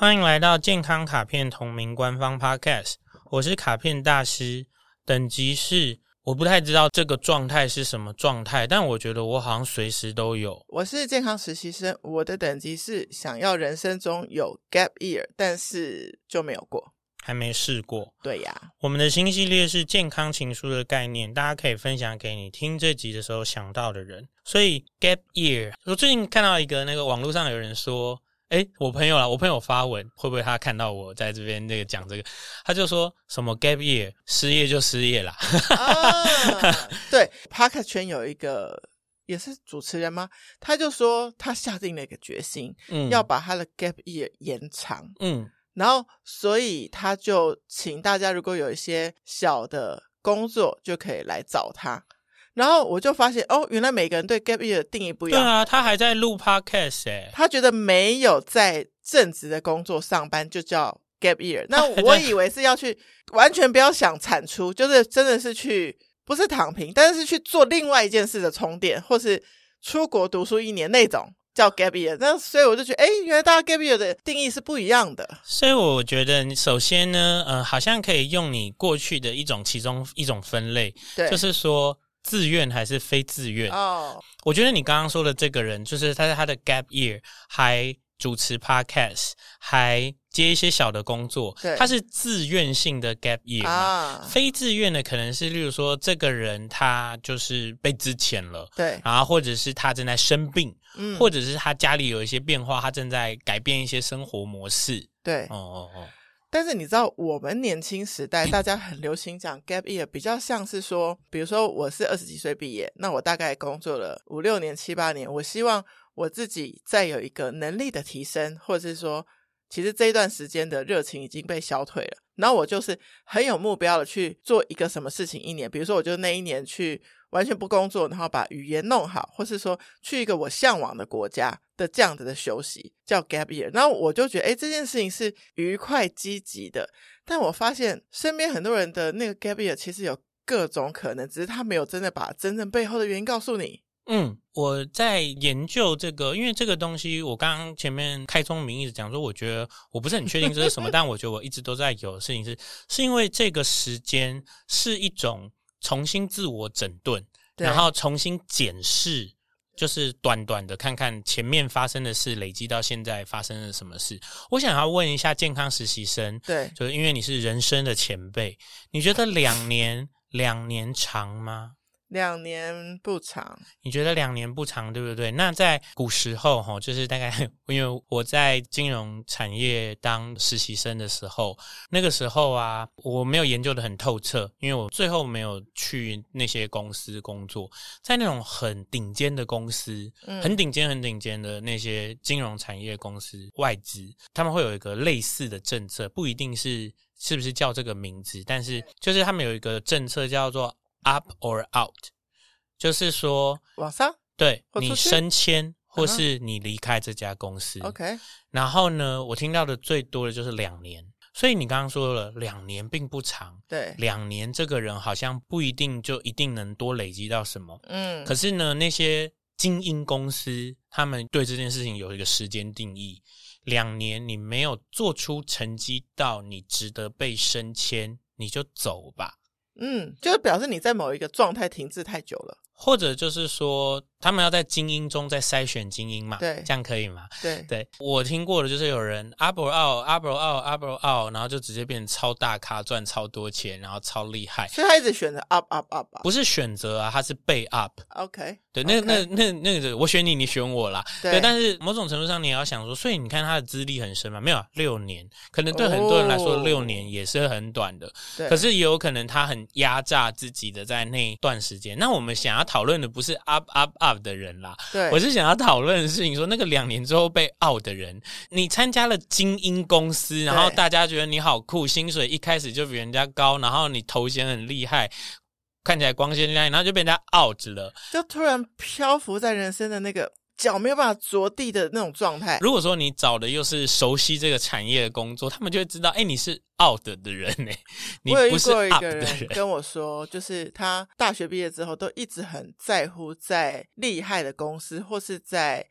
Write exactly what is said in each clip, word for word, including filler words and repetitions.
欢迎来到健康卡片同名官方 Podcast， 我是卡片大师，等级是我不太知道这个状态是什么状态，但我觉得我好像随时都有。 我是健康实习生，我的等级是想要人生中有 gap year， 但是就没有过， 还没试过。 对呀， 我们的新系列是健康情书的概念，大家可以分享给你听这集的时候想到的人。所以 gap year， 我最近看到一个那个网络上有人说，诶我朋友啦，我朋友发文，会不会他看到我在这边那个讲这个，他就说什么 gap year， 失业就失业啦。 啊、对 Podcast 圈有一个也是主持人吗，他就说他下定了一个决心、嗯、要把他的 gap year 延长，嗯，然后所以他就请大家如果有一些小的工作就可以来找他，然后我就发现哦，原来每个人对 gap year 的定义不一样。 对啊，他还在录 podcast 耶、欸、 他觉得没有在正职的工作上班就叫 gap year， 那我以为是要去完全不要想产出，就是真的是去不是躺平，但是去做另外一件事的充电，或是出国读书一年那种叫 gap year。 那所以我就觉得诶原来大家 gap year 的定义是不一样的。 所以我觉得你首先呢呃，好像可以用你过去的一种其中一种分类，对，就是说自愿还是非自愿。哦，我觉得你刚刚说的这个人，就是他在他的 gap year 还主持 podcast， 还接一些小的工作，他是自愿性的 gap year 嘛、啊、非自愿的可能是例如说这个人他就是被资遣了，对，然后或者是他正在生病、嗯、或者是他家里有一些变化，他正在改变一些生活模式。对，哦哦哦。 但是你知道我们年轻时代大家很流行讲 gap year， 比较像是说比如说我是二十几岁毕业，那我大概工作了五六年七八年，我希望我自己再有一个能力的提升，或者是说其实这一段时间的热情已经被消退了，然后我就是很有目标的去做一个什么事情一年，比如说我就那一年去完全不工作，然后把语言弄好，或是说去一个我向往的国家的这样子的休息叫 gap year。 然后我就觉得诶这件事情是愉快积极的，但我发现身边很多人的那个 gap year 其实有各种可能，只是他没有真的把真正背后的原因告诉你。 嗯，我在研究这个，因为这个东西我刚刚前面开宗明义的讲说，我觉得我不是很确定这是什么但我觉得我一直都在有的事情是是因为这个时间是一种重新自我整顿，然后重新检视，就是短短的看看前面发生的事累积到现在发生了什么事。我想要问一下健康实习生，对，就是因为你是人生的前辈，你觉得两年两年长吗？ 两年不长。 你觉得两年不长对不对？那在古时候就是大概因为我在金融产业当实习生的时候，那个时候啊我没有研究得很透彻，因为我最后没有去那些公司工作，在那种很顶尖的公司、嗯、很顶尖很顶尖的那些金融产业公司外资，他们会有一个类似的政策，不一定是是不是叫这个名字，但是就是他们有一个政策叫做up or out， 就是说往上， 对，你升迁或是你离开这家公司、uh-huh. OK。 然后呢我听到的最多的就是两年，所以你刚刚说了两年并不长，对，两年这个人好像不一定就一定能多累积到什么，嗯，可是呢那些精英公司他们对这件事情有一个时间定义，两年你没有做出成绩到你值得被升迁，你就走吧。 嗯，就是表示你在某一个状态停滞太久了， 或者就是说他们要在精英中再筛选精英嘛，对，这样可以吗？对对，我听过的就是有人 up or out up or out up or out， 然后就直接变成超大咖，赚超多钱，然后超厉害， 所以他一直选择 up up up， 不是选择啊，他是被 up。 OK， 对，那 okay. 那那那个我选你你选我啦， 对, 对，但是某种程度上你也要想说，所以你看他的资历很深嘛，没有六年，可能对很多人来说六年也是很短的、哦、可是也有可能他很压榨自己的在那一段时间。那我们想要讨论的不是 up up up 的人啦，对，我是想要讨论的事情说那个两年之后被 out 的人，你参加了精英公司，然后大家觉得你好酷，薪水一开始就比人家高，然后你头衔很厉害，看起来光鲜亮丽，然后就被人家 out 了， 就突然漂浮在人生的那个脚没有办法着地的那种状态。 如果说你找的又是熟悉这个产业的工作，他们就会知道，哎、欸，你是 out 的人呢、欸，你不是 up 的人。我有遇过一个人跟我说，就是他大学毕业之后都一直很在乎在厉害的公司或是在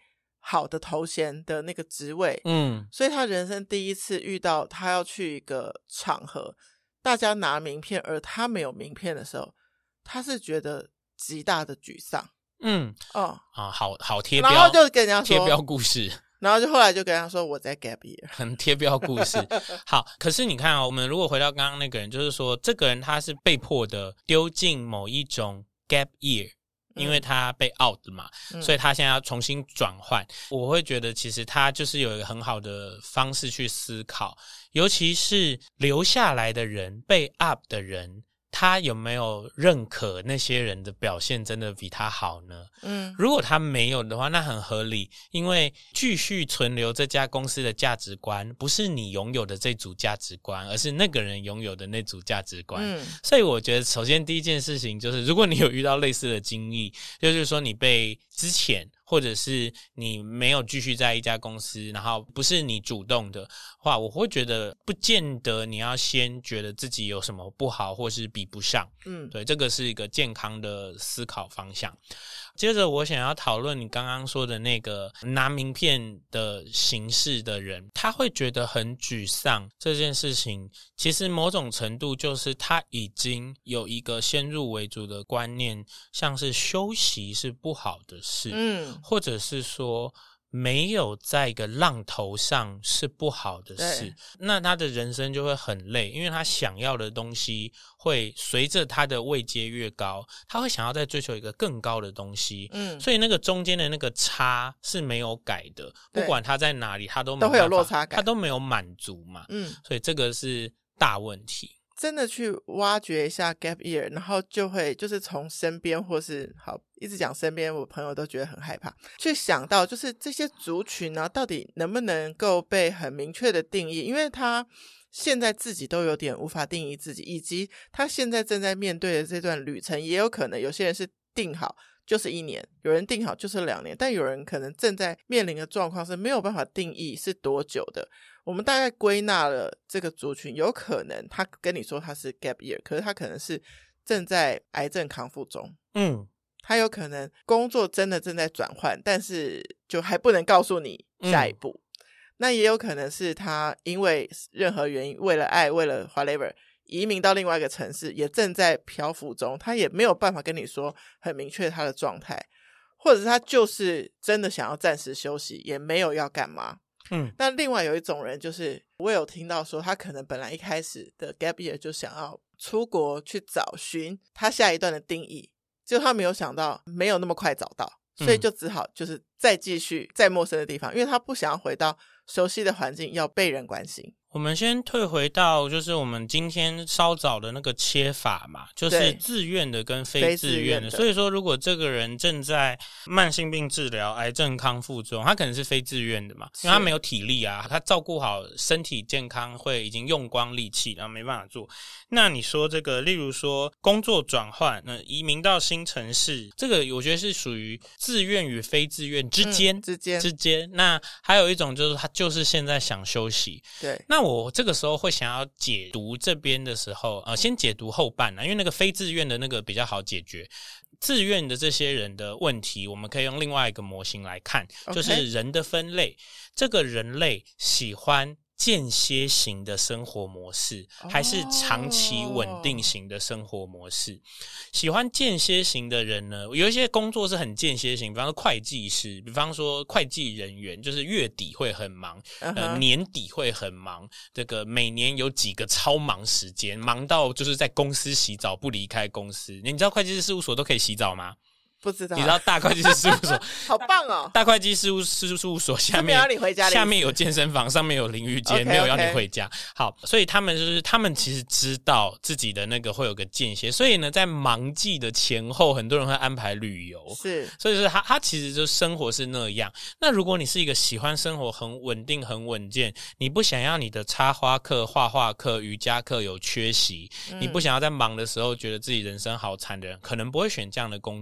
好的头衔的那个职位，嗯，所以他人生第一次遇到他要去一个场合，大家拿名片而他没有名片的时候，他是觉得极大的沮丧。嗯， 哦，啊，好好贴标， 然后就跟人家说贴标故事， 然后就后来就跟他说我在 gap year， 很贴标故事。好，可是你看啊、哦，我们如果回到刚刚那个人，就是说这个人他是被迫的丢进某一种 gap year，因为他被 out 了嘛、嗯、所以他现在要重新转换。我会觉得其实他就是有一个很好的方式去思考，尤其是留下来的人，被 up 的人，他有没有认可那些人的表现真的比他好呢？嗯，如果他没有的话，那很合理，因为继续存留这家公司的价值观不是你拥有的这组价值观，而是那个人拥有的那组价值观。嗯，所以我觉得首先第一件事情就是如果你有遇到类似的经历，就是说你被之前或者是你没有继续在一家公司，然后不是你主动的话，我会觉得不见得你要先觉得自己有什么不好或是比不上。嗯，对，这个是一个健康的思考方向。接着我想要讨论你刚刚说的那个拿名片的形式的人，他会觉得很沮丧，这件事情其实某种程度就是他已经有一个先入为主的观念，像是休息是不好的事，嗯，或者是说没有在一个浪头上是不好的事，那他的人生就会很累，因为他想要的东西会随着他的位阶越高，他会想要再追求一个更高的东西，嗯，所以那个中间的那个差是没有改的，不管他在哪里他都没有办法， 都会有落差感， 他都没有满足嘛，嗯，所以这个是大问题。 真的去挖掘一下 gap year， 然后就会就是从身边或是好一直讲身边，我朋友都觉得很害怕，去想到就是这些族群呢，到底能不能够被很明确的定义，因为他现在自己都有点无法定义自己，以及他现在正在面对的这段旅程，也有可能有些人是定好就是一年，有人定好就是两年，但有人可能正在面临的状况是没有办法定义是多久的。我们大概归纳了这个族群，有可能他跟你说他是 gap year， 可是他可能是正在癌症康复中，嗯，他有可能工作真的正在转换，但是就还不能告诉你下一步、嗯、那也有可能是他因为任何原因，为了爱，为了 whatever， 移民到另外一个城市，也正在漂浮中，他也没有办法跟你说很明确他的状态，或者是他就是真的想要暂时休息，也没有要干嘛。嗯，但另外有一种人，就是我有听到说他可能本来一开始的 gap year 就想要出国去找寻他下一段的定义，就他没有想到没有那么快找到，所以就只好就是再继续在陌生的地方，因为他不想要回到熟悉的环境，要被人关心。 我们先退回到就是我们今天稍早的那个切法嘛，就是自愿的跟非自愿的。所以说如果这个人正在慢性病治疗癌症康复中，他可能是非自愿的嘛，因为他没有体力啊，他照顾好身体健康会已经用光力气，然后没办法做。那你说这个例如说工作转换，那移民到新城市，这个我觉得是属于自愿与非自愿之间、嗯、之间之间。那还有一种就是他就是现在想休息。 对， 那我这个时候会想要解读这边的时候，呃，先解读后半啊，因为那个非自愿的那个比较好解决。自愿的这些人的问题，我们可以用另外一个模型来看， okay. 就是人的分类。这个人类喜欢间歇型的生活模式还是长期稳定型的生活模式、oh. 喜欢间歇型的人呢，有一些工作是很间歇型，比方说会计师，比方说会计人员，就是月底会很忙、uh-huh. 呃，年底会很忙，这个每年有几个超忙时间，忙到就是在公司洗澡不离开公司。你知道会计师事务所都可以洗澡吗？ 不知道。 你知道大会计师事务所好棒哦， 大会计事务事务所下面要你回家， 下面有健身房，上面有淋浴间， okay, 没有要你回家。Okay. 好，所以他们就是他们其实知道自己的那个会有个间歇，所以呢在忙季的前后很多人会安排旅游， 是， 所以说他他其实就生活是那样。那如果你是一个喜欢生活很稳定很稳健，你不想要你的插花课、画画课、瑜伽课有缺席、嗯、你不想要在忙的时候觉得自己人生好惨的人，可能不会选这样的工作。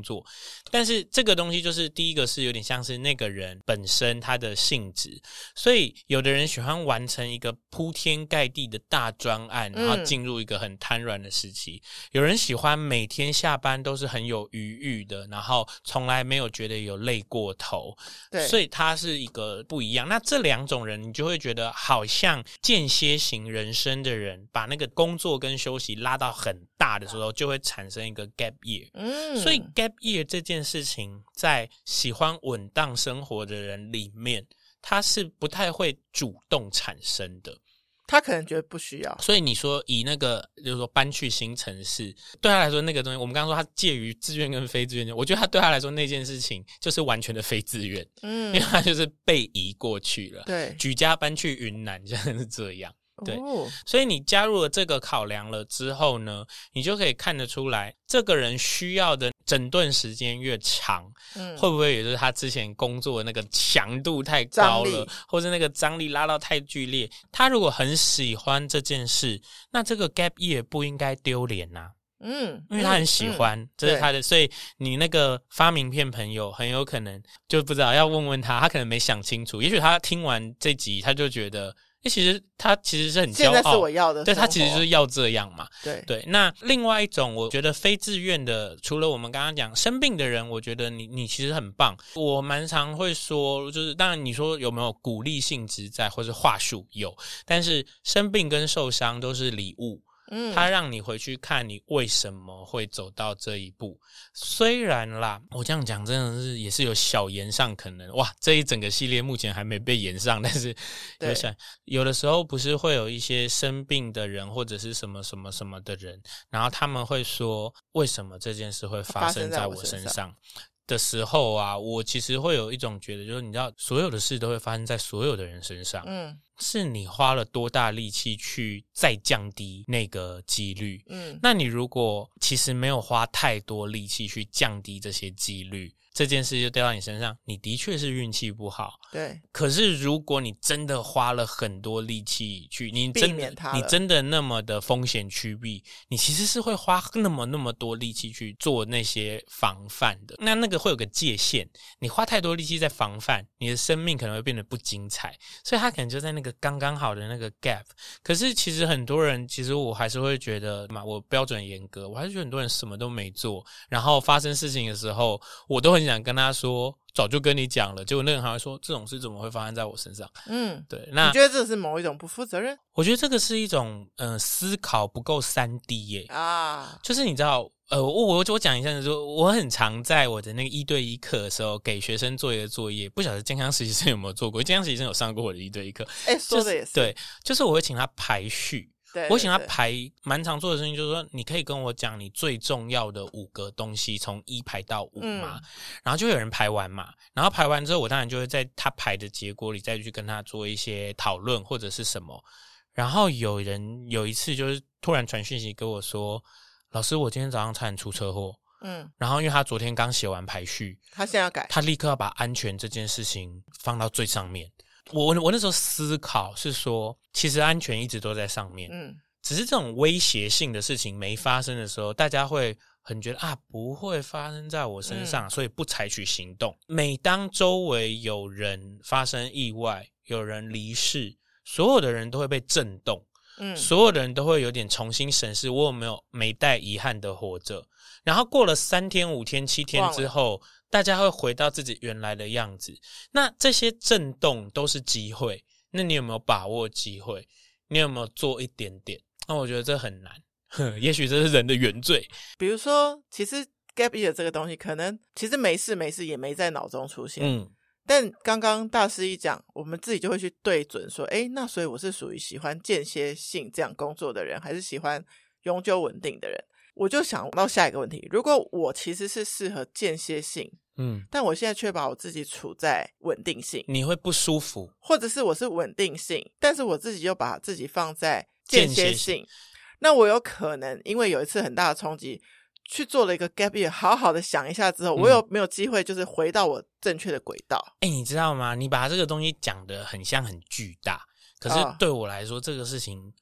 但是这个东西就是第一个是有点像是那个人本身他的性质，所以有的人喜欢完成一个铺天盖地的大专案，然后进入一个很瘫软的时期、嗯、有人喜欢每天下班都是很有余裕的，然后从来没有觉得有累过头，对，所以他是一个不一样。那这两种人你就会觉得好像间歇型人生的人把那个工作跟休息拉到很大的时候就会产生一个 gap year、嗯、所以 gap year 这件事情在喜欢稳当生活的人里面它是不太会主动产生的， 他可能觉得不需要。 所以你说以那个就是说搬去新城市对他来说那个东西，我们刚刚说他介于自愿跟非自愿，我觉得他对他来说那件事情就是完全的非自愿，嗯，因为他就是被移过去了，对，举家搬去云南就是这样，对、哦、所以你加入了这个考量了之后呢，你就可以看得出来这个人需要的整顿时间越长、嗯、会不会也就是他之前工作的那个强度太高了，或者那个张力拉到太剧烈，他如果很喜欢这件事，那这个 gap year 不应该丢脸啊，嗯，因为他很喜欢、嗯、这是他的，所以你那个发名片朋友很有可能就不知道要问问他，他可能没想清楚，也许他听完这集他就觉得欸、其实他其实是很骄傲， 现在是我要的， 对，他其实就是要这样嘛。 对对，那另外一种我觉得非自愿的，除了我们刚刚讲生病的人，我觉得你你其实很棒。我蛮常会说，就是当然你说有没有鼓励性质在，或是话术有，但是生病跟受伤都是礼物。嗯，他让你回去看你为什么会走到这一步。虽然啦，我这样讲真的是也是有小延上可能，哇，这一整个系列目前还没被延上，但是有想有的时候不是会有一些生病的人或者是什么什么什么的人，然后他们会说为什么这件事会发生在我身上的时候啊，我其实会有一种觉得，就是你知道所有的事都会发生在所有的人身上，嗯，是你花了多大力气去再降低那个几率，嗯，那你如果其实没有花太多力气去降低这些几率，这件事就掉到你身上，你的确是运气不好， 对。 可是如果你真的花了很多力气去，你真避免它了， 你真的那么的风险趋避，你其实是会花那么那么多力气去做那些防范的。那那个会有个界限，你花太多力气在防范，你的生命可能会变得不精彩，所以它可能就在那个刚刚好的那个 gap。可是其实很多人，其实我还是会觉得嘛，我标准严格，我还是觉得很多人什么都没做，然后发生事情的时候，我都很想跟他说早就跟你讲了，结果那个人还会说这种事怎么会发生在我身上。嗯，对。那你觉得这是某一种不负责任？ 我觉得这个是一种呃思考不够 三 D 耶啊，就是你知道呃我我我讲一下，说我很常在我的那个一对一课的时候给学生做一个作业，不晓得健康实习生有没有做过，健康实习生有上过我的一对一课。 哎、欸，说的也是、就是、 对，就是我会请他排序。 对对对， 我请他排蛮常做的事情，就是说你可以跟我讲你最重要的五个东西，从一排到五嘛、嗯、然后就有人排完嘛，然后排完之后我当然就会在他排的结果里再去跟他做一些讨论或者是什么。然后有人有一次就是突然传讯息跟我说，老师我今天早上差点出车祸，嗯，然后因为他昨天刚写完排序， 他现在要改， 他立刻要把安全这件事情放到最上面。我我那时候思考是说，其实安全一直都在上面，嗯，只是这种威胁性的事情没发生的时候，大家会很觉得啊，不会发生在我身上，嗯、所以不采取行动。每当周围有人发生意外，有人离世，所有的人都会被震动，嗯，所有的人都会有点重新审视我有没有没带遗憾的活着。然后过了三天、五天、七天之后，大家会回到自己原来的样子。那这些震动都是机会，那你有没有把握机会？你有没有做一点点？那我觉得这很难，也许这是人的原罪。 比如说，其实 gap year 这个东西，可能其实没事没事也没在脑中出现。嗯，但刚刚大师一讲，我们自己就会去对准说，诶，那所以我是属于喜欢间歇性这样工作的人，还是喜欢永久稳定的人？我就想到下一个问题，如果我其实是适合间歇性，嗯，但我现在却把我自己处在稳定性， 你会不舒服， 或者是我是稳定性，但是我自己又把自己放在间歇性，那我有可能因为有一次很大的冲击去做了一个 gap year， 好好的想一下之后、嗯、我有没有机会就是回到我正确的轨道？ 哎、欸，你知道吗？你把这个东西讲得很像很巨大，可是对我来说、哦、这个事情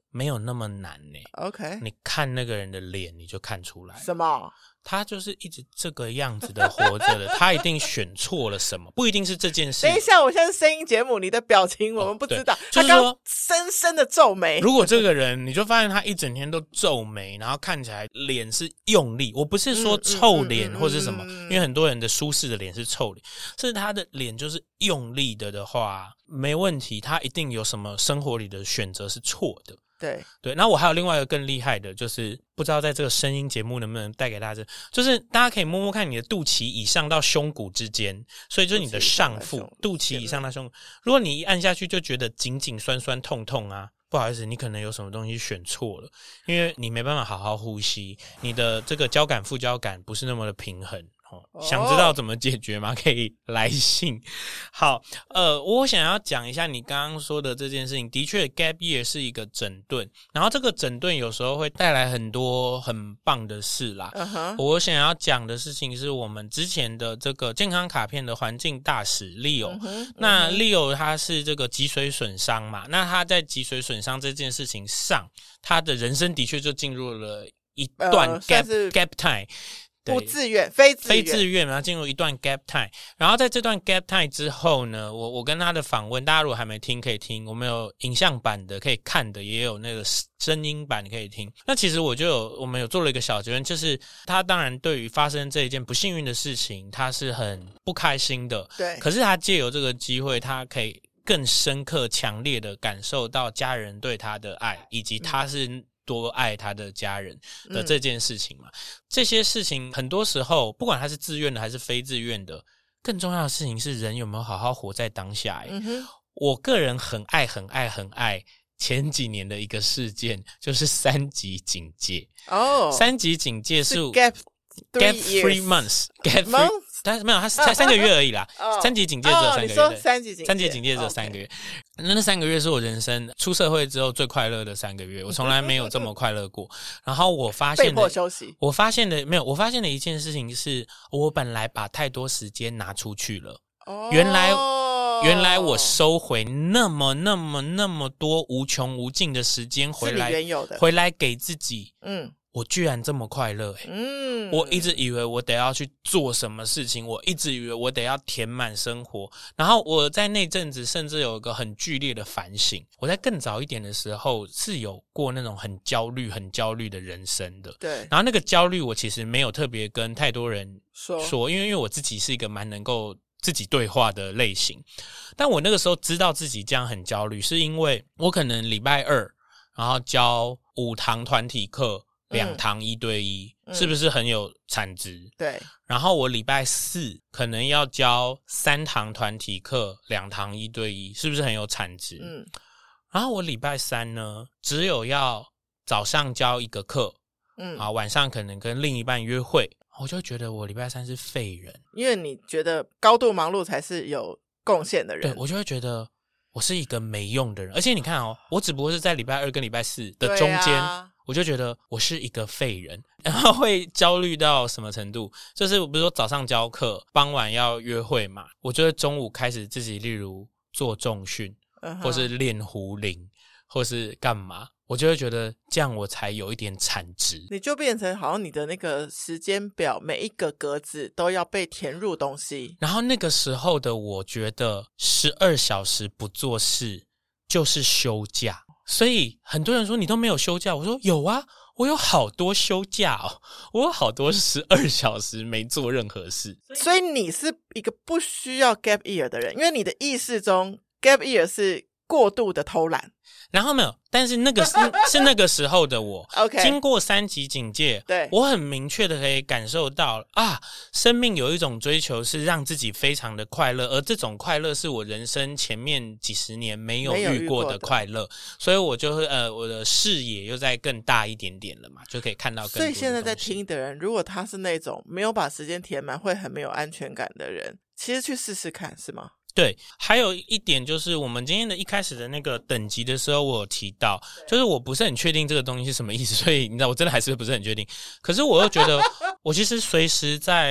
没有那么难呢、欸。 OK， 你看那个人的脸，你就看出来什么？ 他就是一直这个样子的活着的，他一定选错了什么，不一定是这件事。 等一下，我现在是声音节目，你的表情我们不知道。 哦、就是说他刚深深的皱眉。 如果这个人，你就发现他一整天都皱眉，然后看起来脸是用力。我不是说臭脸或是什么、嗯嗯嗯嗯，因为很多人的舒适的脸是臭脸，是他的脸就是用力的的话，没问题，他一定有什么生活里的选择是错的。 对对，然后我还有另外一个更厉害的，就是不知道在这个声音节目能不能带给大家，就是大家可以摸摸看你的肚脐以上到胸骨之间，所以就是你的上腹，肚脐以上到胸骨。如果你一按下去就觉得紧紧酸酸痛痛啊，不好意思，你可能有什么东西选错了，因为你没办法好好呼吸，你的这个交感副交感不是那么的平衡。哦、想知道怎么解决吗？可以来信。好，呃，我想要讲一下你刚刚说的这件事情。的确 ，gap year 是一个整顿，然后这个整顿有时候会带来很多很棒的事啦。Uh-huh. 我想要讲的事情是我们之前的这个健康卡片的环境大使 Leo，、uh-huh. 那 Leo 他是这个脊髓损伤嘛，那他在脊髓损伤这件事情上，他的人生的确就进入了一段 gap、uh, gap time。 不自愿，非自愿， 非自愿，然后进入一段 gap time。然后在这段 gap time 之后呢，我我跟他的访问，大家如果还没听可以听，我们有影像版的可以看的，也有那个声音版可以听。那其实我就有我们有做了一个小结论，就是他当然对于发生这一件不幸运的事情，他是很不开心的。 对， 可是他借由这个机会，他可以更深刻、强烈的感受到家人对他的爱，以及他是、嗯。多爱他的家人的这件事情嘛、嗯、这些事情很多时候不管他是自愿的还是非自愿的，更重要的事情是人有没有好好活在当下、欸嗯、我个人很爱很爱很爱前几年的一个事件，就是三级警戒哦， 三级警戒是 gap gap three months gap three但没有，他才三个月而已啦。 哦、 三级警戒只有三个月。 哦、你说三级警戒， 三级警戒只有三个月。Okay. 那那三个月是我人生出社会之后最快乐的三个月，我从来没有这么快乐过。然后我发现被迫休息， 我发现的没有，我发现的一件事情是，我本来把太多时间拿出去了。 哦、 原来原来我收回那么那么那么多无穷无尽的时间回来， 是你原有的回来给自己。 嗯。 我居然这么快乐、欸、 嗯， 我一直以为我得要去做什么事情，我一直以为我得要填满生活，然后我在那阵子甚至有一个很剧烈的反省。我在更早一点的时候是有过那种很焦虑很焦虑的人生的， 对。 然后那个焦虑我其实没有特别跟太多人说， 说因为因为我自己是一个蛮能够自己对话的类型，但我那个时候知道自己这样很焦虑，是因为我可能礼拜二然后教五堂团体课，两堂一对一、嗯、是不是很有产值？ 对。 然后我礼拜四可能要教三堂团体课，两堂一对一，是不是很有产值？ 嗯。 然后我礼拜三呢，只有要早上教一个课，嗯，啊，晚上可能跟另一半约会，我就觉得我礼拜三是废人， 因为你觉得高度忙碌才是有贡献的人， 对，我就会觉得我是一个没用的人。而且你看哦，我只不过是在礼拜二跟礼拜四的中间、啊、我就觉得我是一个废人，然后会焦虑到什么程度，就是比如说早上教课，傍晚要约会嘛，我就会中午开始自己例如做重训、uh-huh. 或是练壶铃或是干嘛，我就会觉得这样我才有一点产值。 你就变成好像你的那个时间表每一个格子都要被填入东西， 然后那个时候的我觉得十二小时不做事就是休假，所以很多人说你都没有休假，我说有啊，我有好多休假哦，我有好多十二小时没做任何事。 所以你是一个不需要 gap year 的人，因为你的意识中 gap year 是过度的偷懒。 然后没有，但是那个是是那个时候的我 ，OK， 经过三级警戒， 对， 我很明确的可以感受到啊，生命有一种追求是让自己非常的快乐，而这种快乐是我人生前面几十年没有遇过的快乐，所以我就会呃，我的视野又再更大一点点了嘛，就可以看到更多的东西。 所以现在在听的人，如果他是那种没有把时间填满，会很没有安全感的人，其实去试试看，是吗？ 对，还有一点就是我们今天的一开始的那个等级的时候我有提到，就是我不是很确定这个东西是什么意思，所以你知道我真的还是不是很确定，可是我又觉得我其实随时在，因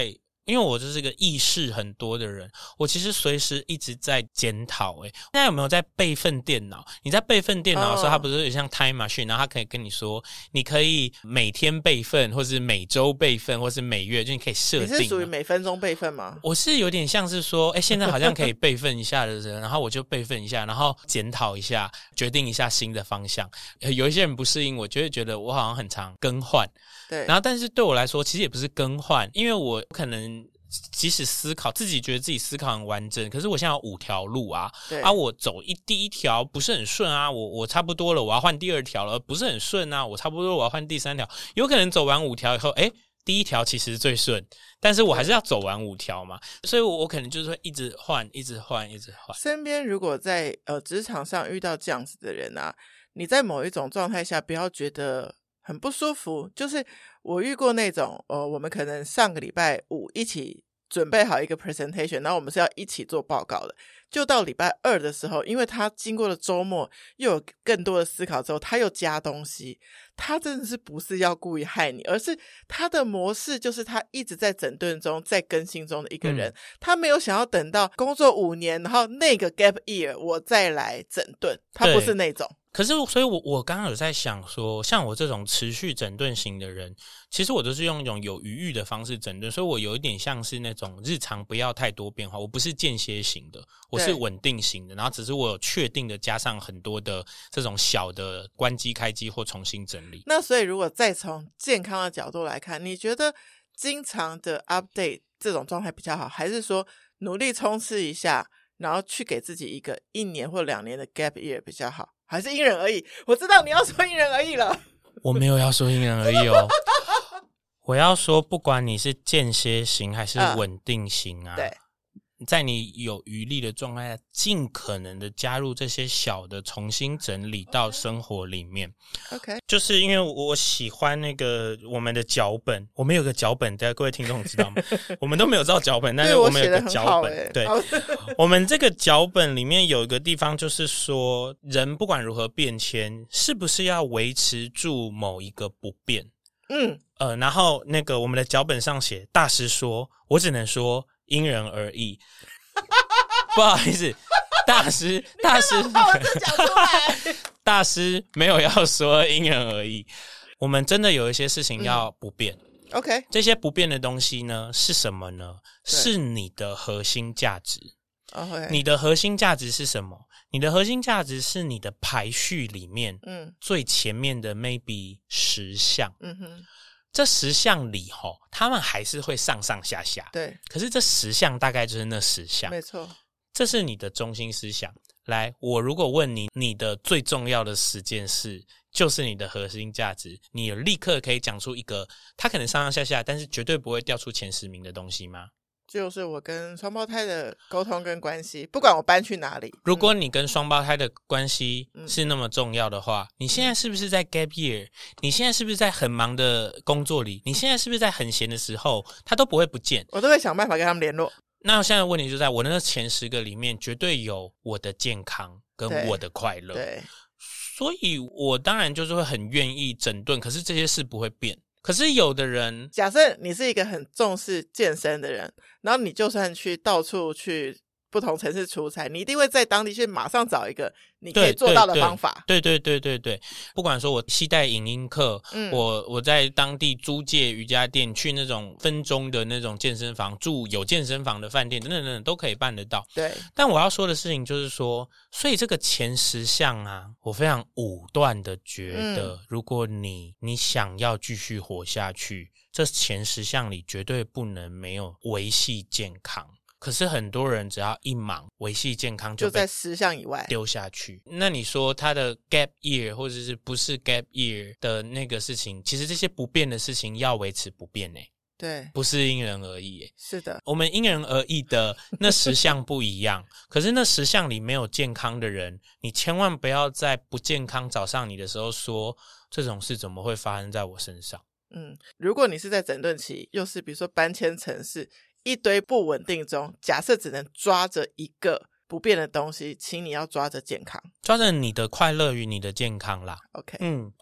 因为我就是个意识很多的人，我其实随时一直在检讨。诶，现在有没有在备份电脑？你在备份电脑的时候， oh. 它不是有像 time machine， 然后它可以跟你说，你可以每天备份，或是每周备份，或是每月，就你可以设定。 你是属于每分钟备份吗？ 我是有点像是说，诶，现在好像可以备份一下的人，然后我就备份一下，然后检讨一下，决定一下新的方向。有一些人不适应，我就会觉得我好像很常更换。 对， 然后但是对我来说，其实也不是更换，因为我可能即使思考自己觉得自己思考很完整，可是我现在有五条路啊，啊，我走一第一条不是很顺啊，我我差不多了，我要换第二条了，不是很顺啊，我差不多了，我要换第三条，有可能走完五条以后，诶，第一条其实最顺，但是我还是要走完五条嘛，所以我我可能就是会一直换，一直换，一直换。 身边如果在呃职场上遇到这样子的人啊，你在某一种状态下不要觉得很不舒服，就是我遇过那种呃，我们可能上个礼拜五一起准备好一个 presentation， 然后我们是要一起做报告的，就到礼拜二的时候，因为他经过了周末又有更多的思考之后，他又加东西，他真的是不是要故意害你，而是他的模式就是他一直在整顿中在更新中的一个人、嗯、他没有想要等到工作五年然后那个 gap year 我再来整顿，他不是那种。 可是所以我我刚刚有在想说，像我这种持续整顿型的人，其实我都是用一种有余裕的方式整顿，所以我有一点像是那种日常不要太多变化，我不是间歇型的，我是稳定型的，然后只是我有确定的加上很多的这种小的关机开机或重新整理。 那所以如果再从健康的角度来看，你觉得经常的 update 这种状态比较好，还是说努力冲刺一下然后去给自己一个一年或两年的 gap year 比较好，还是因人而异？我知道你要说因人而异了。 我没有要说因人而异哦。我要说不管你是间歇型还是稳定型啊、嗯、 对， 在你有余力的状态下，尽可能的加入这些小的重新整理到生活里面。 OK， 就是因为我喜欢那个我们的脚本，我们有个脚本，各位听众知道吗？我们都没有照脚本，但是我们有个脚本、欸、对，我们这个脚本里面有一个地方就是说，人不管如何变迁，是不是要维持住某一个不变？ 嗯， 呃，然后那个我们的脚本上写，大师说，我只能说因人而异。不好意思，大师大师把我字讲出来。 大师没有要说因人而异，我们真的有一些事情要不变、 嗯、OK， 这些不变的东西呢是什么呢？是你的核心价值。 Okay. 你的核心价值是什么？你的核心价值是你的排序里面嗯最前面的 maybe 十项。 嗯哼， 这十项里齁，他们还是会上上下下。 对， 可是这十项大概就是那十项。 没错， 这是你的中心思想。来，我如果问你，你的最重要的十件事就是你的核心价值，你立刻可以讲出一个它可能上上下下但是绝对不会掉出前十名的东西吗？ 就是我跟双胞胎的沟通跟关系，不管我搬去哪里。 如果你跟双胞胎的关系是那么重要的话、嗯、你现在是不是在 gap year？ 你现在是不是在很忙的工作里？你现在是不是在很闲的时候，它都不会不见？ 我都会想办法跟他们联络。 那现在问题就在我那前十个里面，绝对有我的健康跟我的快乐。 对， 所以我当然就是会很愿意整顿，可是这些事不会变。可是有的人， 假设你是一个很重视健身的人，然后你就算去到处去不同城市出差，你一定会在当地去马上找一个你可以做到的方法。 对对对对 对, 对，不管说我携带影音课、嗯、我我在当地租借瑜伽垫，去那种分钟的那种健身房，住有健身房的饭店等等等等都可以办得到。 对， 但我要说的事情就是说，所以这个前十项啊，我非常武断的觉得、嗯、如果你你想要继续活下去，这前十项里绝对不能没有维系健康。可是很多人只要一忙，维系健康就在十项以外丢下去。那你说他的 gap year 或者是不是 gap year 的那个事情，其实这些不变的事情要维持不变耶， 对， 不是因人而异耶。 是的， 我们因人而异的那十项不一样。可是那十项里没有健康的人，你千万不要在不健康找上你的时候说这种事怎么会发生在我身上。 嗯，如果你是在整顿期，又是比如说搬迁城市，一堆不稳定中，假设只能抓着一个不变的东西，请你要抓着健康， 抓着你的快乐与你的健康啦。 OK， 嗯，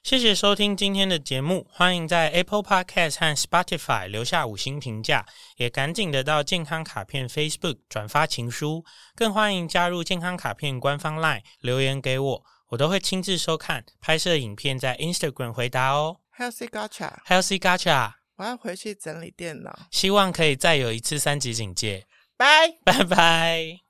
谢谢收听今天的节目，欢迎在 Apple Podcast 和 Spotify 留下五星评价，也赶紧的到健康卡片 Facebook 转发情书，更欢迎加入健康卡片官方 LINE 留言给我，我都会亲自收看，拍摄影片在 Instagram 回答哦。 Healthy Gacha Healthy Gacha， 我要回去整理电脑， 希望可以再有一次三级警戒。 拜拜拜。